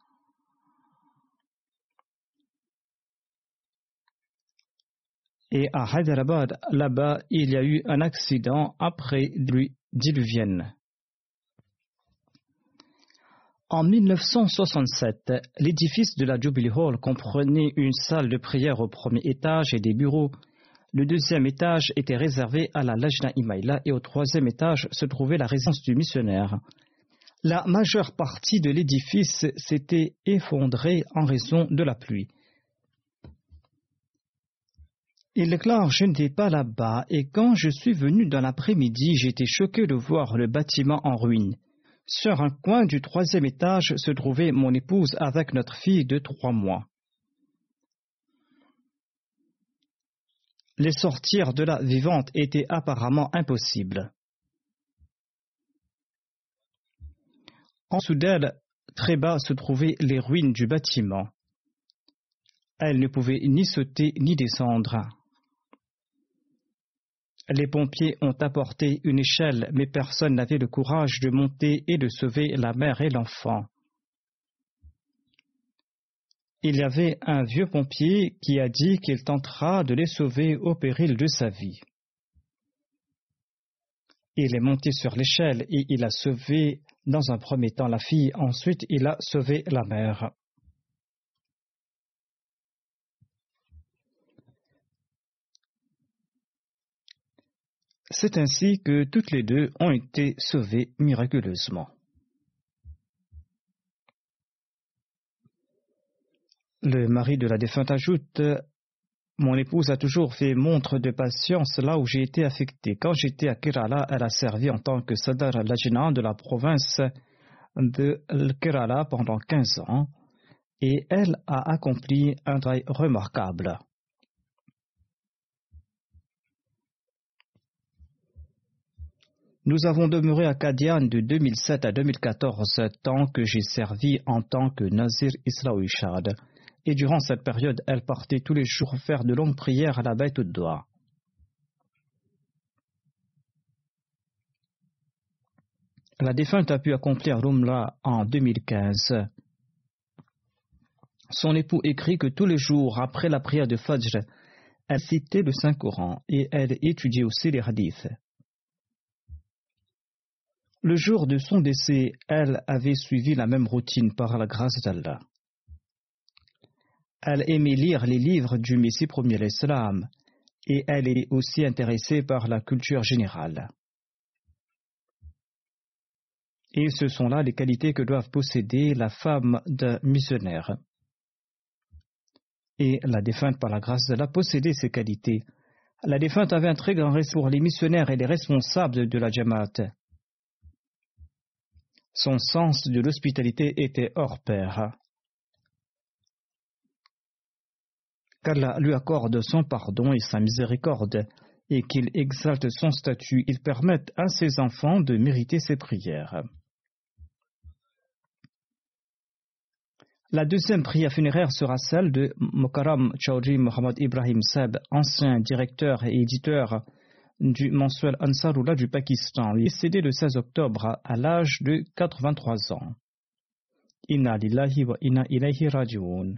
et à Hyderabad, là-bas, il y a eu un accident après pluie diluvienne. En mille neuf cent soixante-sept, l'édifice de la Jubilee Hall comprenait une salle de prière au premier étage et des bureaux. Le deuxième étage était réservé à la Lajna Imaïla et au troisième étage se trouvait la résidence du missionnaire. La majeure partie de l'édifice s'était effondrée en raison de la pluie. Il déclare, je n'étais pas là-bas et quand je suis venu dans l'après-midi, j'étais choqué de voir le bâtiment en ruine. Sur un coin du troisième étage se trouvait mon épouse avec notre fille de trois mois. Les sortir de là vivante était apparemment impossible. En dessous d'elle, très bas, se trouvaient les ruines du bâtiment. Elle ne pouvait ni sauter ni descendre. Les pompiers ont apporté une échelle, mais personne n'avait le courage de monter et de sauver la mère et l'enfant. Il y avait un vieux pompier qui a dit qu'il tentera de les sauver au péril de sa vie. Il est monté sur l'échelle et il a sauvé dans un premier temps la fille, ensuite il a sauvé la mère. C'est ainsi que toutes les deux ont été sauvées miraculeusement. Le mari de la défunte ajoute « Mon épouse a toujours fait montre de patience là où j'ai été affecté. Quand j'étais à Kerala, elle a servi en tant que Sadar al-Lajna de la province de Kerala pendant quinze ans et elle a accompli un travail remarquable. » Nous avons demeuré à Qadian de deux mille sept à deux mille quatorze, tant que j'ai servi en tant que Nazir Islaoui Shad. Et durant cette période, elle partait tous les jours faire de longues prières à la Bayt ud-Doua. La défunte a pu accomplir l'Umrah en deux mille quinze. Son époux écrit que tous les jours, après la prière de Fajr, elle citait le Saint-Coran et elle étudiait aussi les hadiths. Le jour de son décès, elle avait suivi la même routine par la grâce d'Allah. Elle aimait lire les livres du Messie premier l'Islam et elle est aussi intéressée par la culture générale. Et ce sont là les qualités que doivent posséder la femme d'un missionnaire. Et la défunte, par la grâce d'Allah, possédait ces qualités. La défunte avait un très grand respect pour les missionnaires et les responsables de la Jamaat. Son sens de l'hospitalité était hors pair. Qu'Allah lui accorde son pardon et sa miséricorde, et qu'il exalte son statut, il permette à ses enfants de mériter ses prières. La deuxième prière funéraire sera celle de Mokaram Chaudhry Mohammad Ibrahim Seb, ancien directeur et éditeur du mensuel Ansarullah du Pakistan, décédé le seize octobre à l'âge de quatre-vingt-trois ans. Inna lillahi wa inna ilayhi raji'un.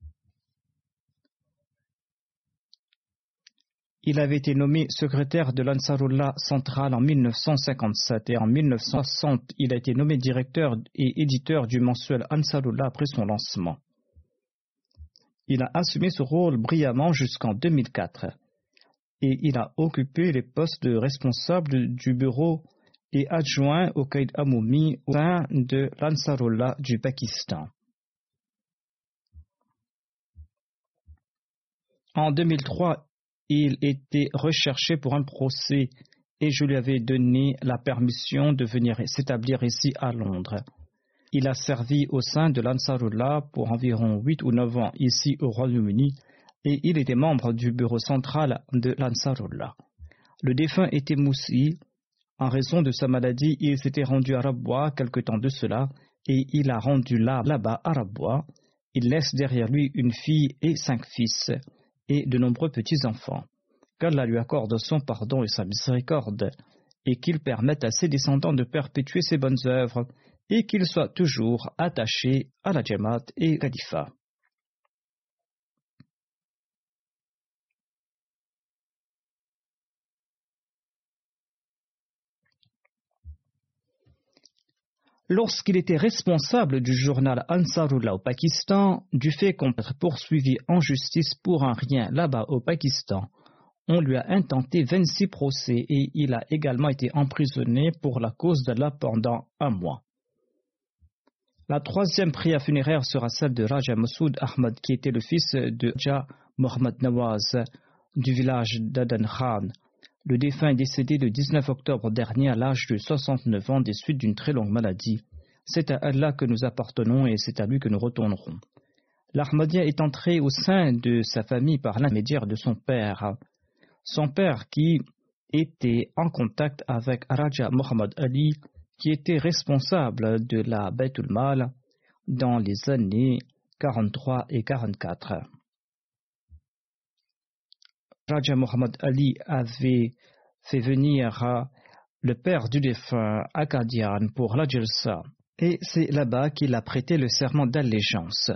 Il avait été nommé secrétaire de l'Ansarullah central en mille neuf cent cinquante-sept et en mille neuf cent soixante, il a été nommé directeur et éditeur du mensuel Ansarullah après son lancement. Il a assumé ce rôle brillamment jusqu'en deux mille quatre et il a occupé les postes de responsable du bureau et adjoint au Qaïd Amoumi au sein de l'Ansarullah du Pakistan. En deux mille trois, il était recherché pour un procès et je lui avais donné la permission de venir s'établir ici à Londres. Il a servi au sein de l'Ansarullah pour environ huit ou neuf ans ici au Royaume-Uni et il était membre du bureau central de l'Ansarullah. Le défunt était moussi. En raison de sa maladie, il s'était rendu à Rabwa quelque temps de cela et il a rendu là, là-bas à Rabwa. Il laisse derrière lui une fille et cinq fils et de nombreux petits-enfants. Qu'Allah lui accorde son pardon et sa miséricorde, et qu'il permette à ses descendants de perpétuer ses bonnes œuvres, et qu'il soit toujours attaché à la Jamaat et Khalifa. lorsqu'il était responsable du journal Ansarullah au Pakistan, du fait qu'on peut être poursuivi en justice pour un rien là-bas au Pakistan. On lui a intenté vingt-six procès et il a également été emprisonné pour la cause d'Allah pendant un mois. La troisième prière funéraire sera celle de Raja Massoud Ahmad, qui était le fils de Raja Mohammad Nawaz du village d'Adan Khan. Le défunt est décédé le dix-neuf octobre dernier à l'âge de soixante-neuf ans des suites d'une très longue maladie. C'est à Allah que nous appartenons et c'est à lui que nous retournerons. L'Ahmadiyya est entré au sein de sa famille par l'intermédiaire de son père. Son père qui était en contact avec Raja Muhammad Ali, qui était responsable de la Baytul Mal dans les années quarante-trois et quarante-quatre. Raja Muhammad Ali avait fait venir le père du défunt à Qadian pour la Jalsa, et c'est là-bas qu'il a prêté le serment d'allégeance.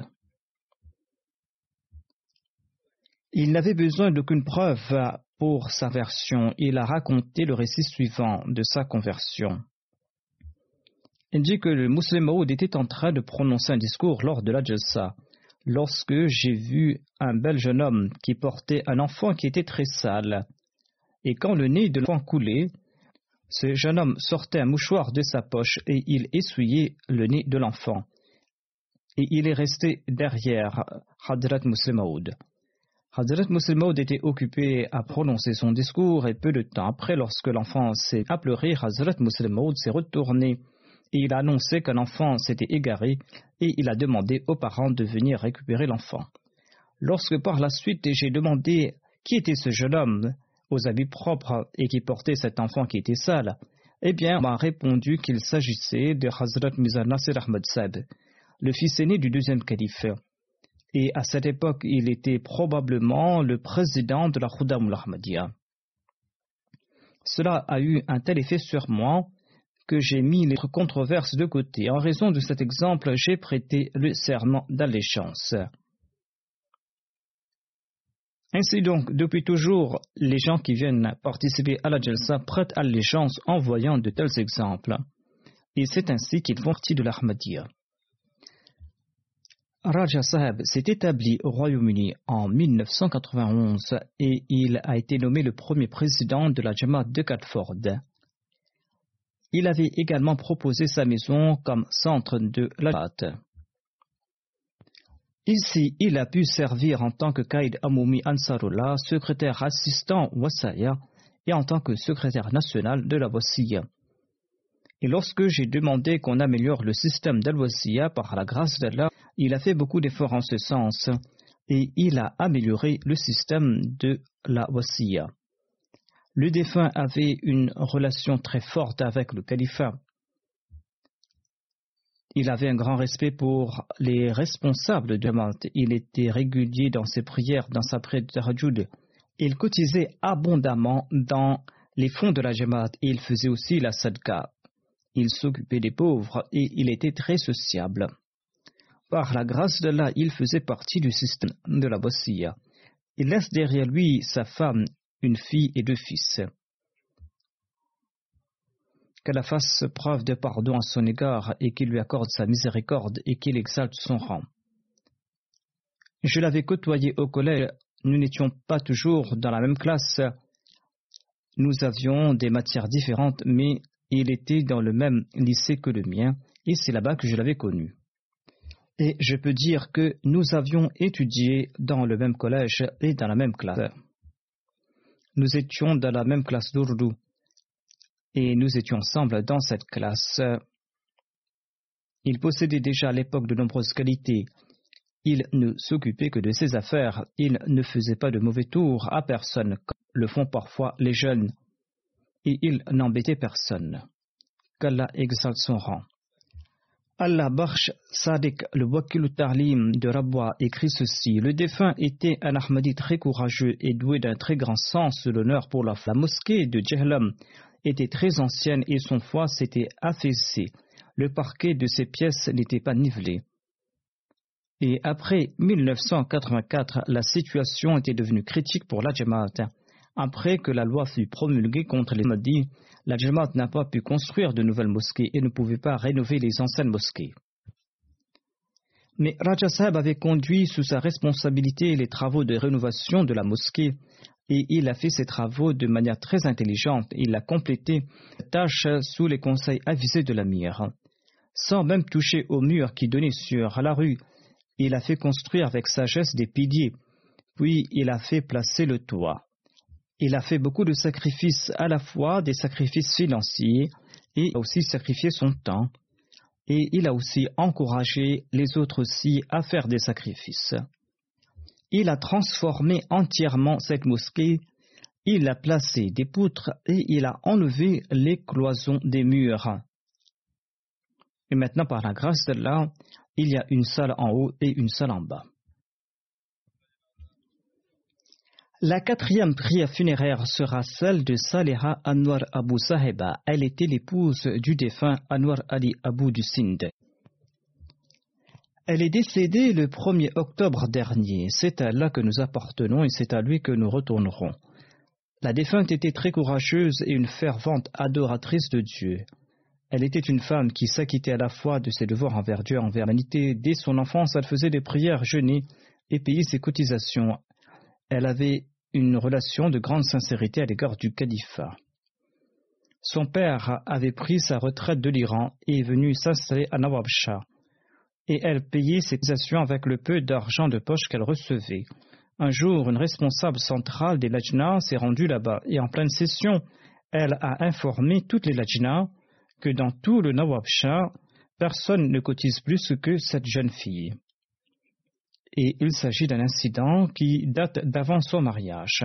Il n'avait besoin d'aucune preuve pour sa version. Il a raconté le récit suivant de sa conversion. Il dit que le Muslim Maud était en train de prononcer un discours lors de la Jalsa, lorsque j'ai vu un bel jeune homme qui portait un enfant qui était très sale. Et quand le nez de l'enfant coulait, ce jeune homme sortait un mouchoir de sa poche et il essuyait le nez de l'enfant. Et il est resté derrière Hadrat Muslim Maud. Hadrat Muslim Maud était occupé à prononcer son discours et peu de temps après, lorsque l'enfant s'est apleuré, Hadrat Muslim Maud s'est retourné et il a annoncé qu'un enfant s'était égaré et il a demandé aux parents de venir récupérer l'enfant. Lorsque par la suite j'ai demandé qui était ce jeune homme aux habits propres et qui portait cet enfant qui était sale, eh bien on m'a répondu qu'il s'agissait de Hazrat Mirza Nasir Ahmad Saab, le fils aîné du deuxième calife. Et à cette époque, il était probablement le président de la Khudam al-Ahmadiyya. Cela a eu un tel effet sur moi que j'ai mis les controverses de côté. En raison de cet exemple, j'ai prêté le serment d'allégeance. Ainsi donc, depuis toujours, les gens qui viennent participer à la Jalsa prêtent allégeance en voyant de tels exemples. Et c'est ainsi qu'ils font partie de l'Ahmadiyya. Raja Saheb s'est établi au Royaume-Uni en mille neuf cent quatre-vingt-onze et il a été nommé le premier président de la Jamaat de Catford. Il avait également proposé sa maison comme centre de la Jamaat. Ici, il a pu servir en tant que Qaïd Amoumi Ansarullah, secrétaire assistant Wasaya et en tant que secrétaire national de la Wasiyya. Et lorsque j'ai demandé qu'on améliore le système d'Al-Wasiyya par la grâce d'Allah, il a fait beaucoup d'efforts en ce sens et il a amélioré le système de la Wasiyya. Le défunt avait une relation très forte avec le califat. Il avait un grand respect pour les responsables de Jamaat. Il était régulier dans ses prières, dans sa prière de Tahajjud. Il cotisait abondamment dans les fonds de la Jamaat et il faisait aussi la sadqa. Il s'occupait des pauvres et il était très sociable. Par la grâce d'Allah, il faisait partie du système de la Wasiyya. Il laisse derrière lui sa femme, une fille et deux fils. Qu'Allah fasse preuve de pardon à son égard et qu'il lui accorde sa miséricorde et qu'il exalte son rang. Je l'avais côtoyé au collège, nous n'étions pas toujours dans la même classe. Nous avions des matières différentes, mais il était dans le même lycée que le mien et c'est là-bas que je l'avais connu. Et je peux dire que nous avions étudié dans le même collège et dans la même classe. Nous étions dans la même classe d'Urdu et nous étions ensemble dans cette classe. Il possédait déjà à l'époque de nombreuses qualités. Il ne s'occupait que de ses affaires. Il ne faisait pas de mauvais tours à personne, comme le font parfois les jeunes. Et il n'embêtait personne. Qu'Allah exalte son rang. Allah Barsh Sadiq, le Wakil Tarlim de Rabwa, écrit ceci. Le défunt était un Ahmadi très courageux et doué d'un très grand sens de l'honneur pour la, la mosquée de Jehlam était très ancienne et son foie s'était affaissé. Le parquet de ses pièces n'était pas nivelé. Et après mille neuf cent quatre-vingt-quatre, la situation était devenue critique pour la Jamaat. Après que la loi fut promulguée contre les Ahmadis, La Jamaat n'a pas pu construire de nouvelles mosquées et ne pouvait pas rénover les anciennes mosquées. Mais Raja Saheb avait conduit sous sa responsabilité les travaux de rénovation de la mosquée et il a fait ces travaux de manière très intelligente. Il a complété la tâche sous les conseils avisés de l'Amir. Sans même toucher au mur qui donnait sur la rue, il a fait construire avec sagesse des piliers, puis il a fait placer le toit. Il a fait beaucoup de sacrifices, à la fois des sacrifices financiers et aussi sacrifié son temps. Et il a aussi encouragé les autres aussi à faire des sacrifices. Il a transformé entièrement cette mosquée, il a placé des poutres et il a enlevé les cloisons des murs. Et maintenant, par la grâce d'Allah, il y a une salle en haut et une salle en bas. La quatrième prière funéraire sera celle de Saleha Anwar Abu Saheba. Elle était l'épouse du défunt Anwar Ali Abu du Sindh. Elle est décédée le premier octobre dernier. C'est à Allah que nous appartenons et c'est à lui que nous retournerons. La défunte était très courageuse et une fervente adoratrice de Dieu. Elle était une femme qui s'acquittait à la fois de ses devoirs envers Dieu et envers l'humanité. Dès son enfance, elle faisait des prières, jeûnait et payait ses cotisations. Elle avait une relation de grande sincérité à l'égard du califat. Son père avait pris sa retraite de l'Iran et est venu s'installer à Nawabshah. Et elle payait ses cotisations avec le peu d'argent de poche qu'elle recevait. Un jour, une responsable centrale des Lajna s'est rendue là-bas et en pleine session, elle a informé toutes les Lajna que dans tout le Nawabshah, personne ne cotise plus que cette jeune fille. Et il s'agit d'un incident qui date d'avant son mariage.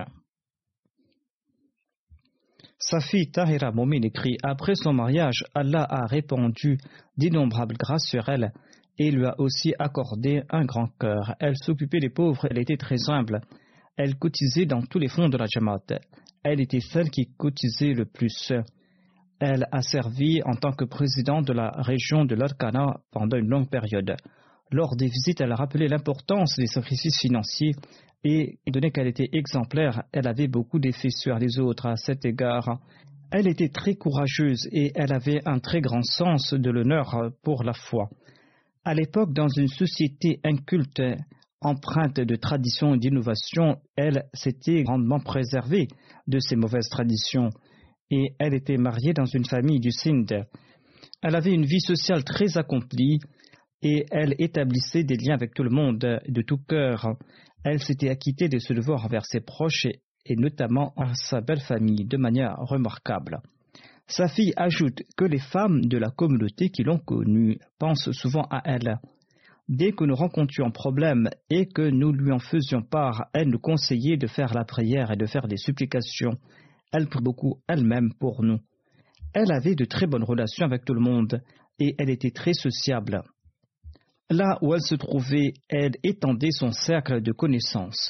Sa fille Tahira Momin écrit: après son mariage, Allah a répandu d'innombrables grâces sur elle et lui a aussi accordé un grand cœur. Elle s'occupait des pauvres, elle était très humble. Elle cotisait dans tous les fonds de la Jamaat. Elle était celle qui cotisait le plus. Elle a servi en tant que présidente de la région de l'Arkana pendant une longue période. Lors des visites, elle a rappelé l'importance des sacrifices financiers et, étant donné qu'elle était exemplaire, elle avait beaucoup d'effets sur les autres à cet égard. Elle était très courageuse et elle avait un très grand sens de l'honneur pour la foi. À l'époque, dans une société inculte, empreinte de traditions et d'innovation, elle s'était grandement préservée de ces mauvaises traditions et elle était mariée dans une famille du Sindh. Elle avait une vie sociale très accomplie et elle établissait des liens avec tout le monde de tout cœur. Elle s'était acquittée de ce devoir envers ses proches et, et notamment à sa belle famille de manière remarquable. Sa fille ajoute que les femmes de la communauté qui l'ont connue pensent souvent à elle. Dès que nous rencontrions un problème et que nous lui en faisions part, elle nous conseillait de faire la prière et de faire des supplications. Elle prie beaucoup elle-même pour nous. Elle avait de très bonnes relations avec tout le monde et elle était très sociable. Là où elle se trouvait, elle étendait son cercle de connaissances.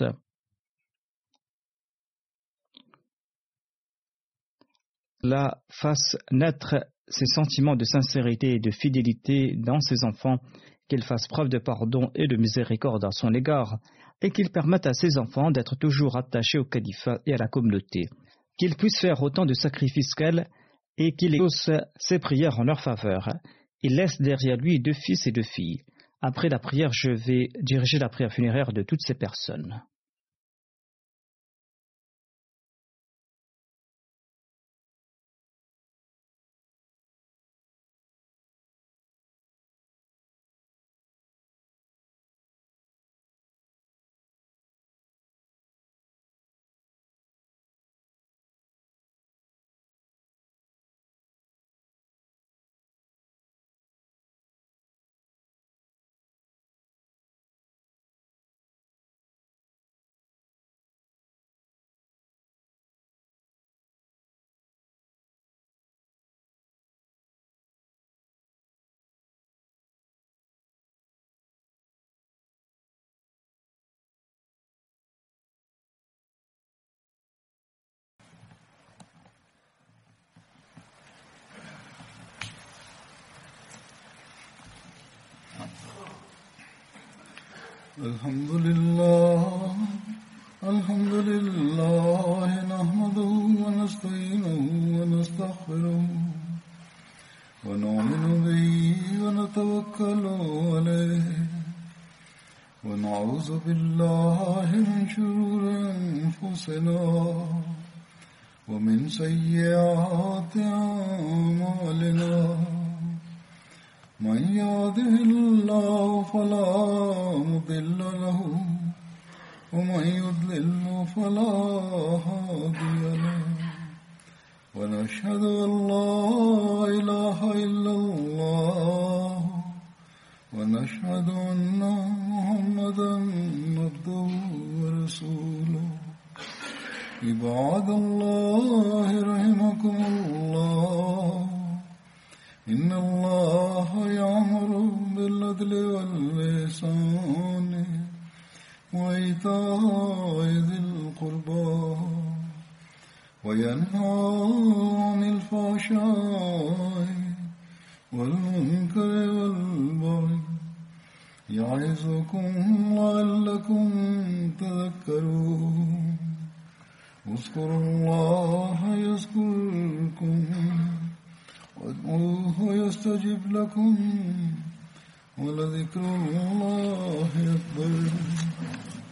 La fasse naître ses sentiments de sincérité et de fidélité dans ses enfants, qu'il fasse preuve de pardon et de miséricorde à son égard, et qu'il permette à ses enfants d'être toujours attachés au califat et à la communauté, qu'il puisse faire autant de sacrifices qu'elle et qu'il exauce ses prières en leur faveur. Il laisse derrière lui deux fils et deux filles. Après la prière, je vais diriger la prière funéraire de toutes ces personnes. الحمد لله الحمد لله نحمده ونستعينه ونستغفره ونؤمن به ونتوكل عليه ونعوذ بالله من شرور أنفسنا ومن سيئات أعمالنا من يهده الله فلا مضل له ومن يضلل فلا هادي له ونشهد أن لا إله إلا الله ونشهد أن محمدا عبده ورسوله عباد الله رحمكم الله إن الله يأمر بالعدل والإحسان وإيتاء ذي القربى وينهى عن الفحشاء والمنكر والبغي يعظكم لعلكم تذكرون اذكروا الله يذكركم وادعوه يستجب لكم ولذكر الله أكبر